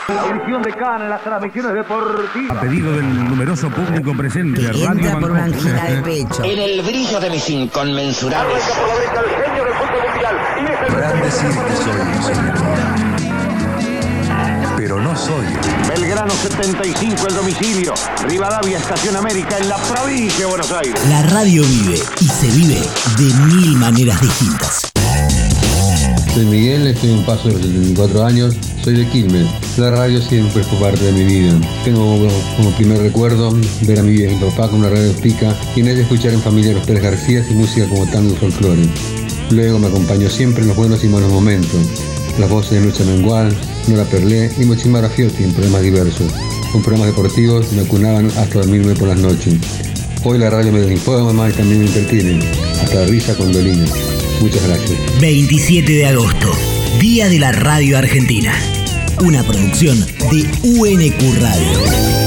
La audición de Cana en las transmisiones deportivas. A pedido del numeroso público presente, que Radio entra por una Bangkok. angina de pecho. En el brillo de mis inconmensurables. Arranca por la derecha el genio del fútbol mundial. Y es el Podrán decir que soy un señor, pero no soy. Belgrano 75 el domicilio. Rivadavia Estación América en la provincia de Buenos Aires. La radio vive y se vive de mil maneras distintas. Soy Miguel, estoy en paso de los 74 años, soy de Quilmes. La radio siempre fue parte de mi vida. Tengo como primer recuerdo ver a mi viejo y mi papá con una radio pica y en ella escuchar en familia los Pérez García y música como tango y folclore. Luego me acompañó siempre en los buenos y malos momentos. Las voces de Lucha Mengual, Nora Perlé y Mochima Rafiotti en programas diversos. Con programas deportivos me acunaban hasta dormirme por las noches. Hoy la radio me desinforma y también me entretiene, hasta risa con Dolina. Muchas gracias. 27 de agosto, Día de la Radio Argentina. Una producción de UNQ Radio.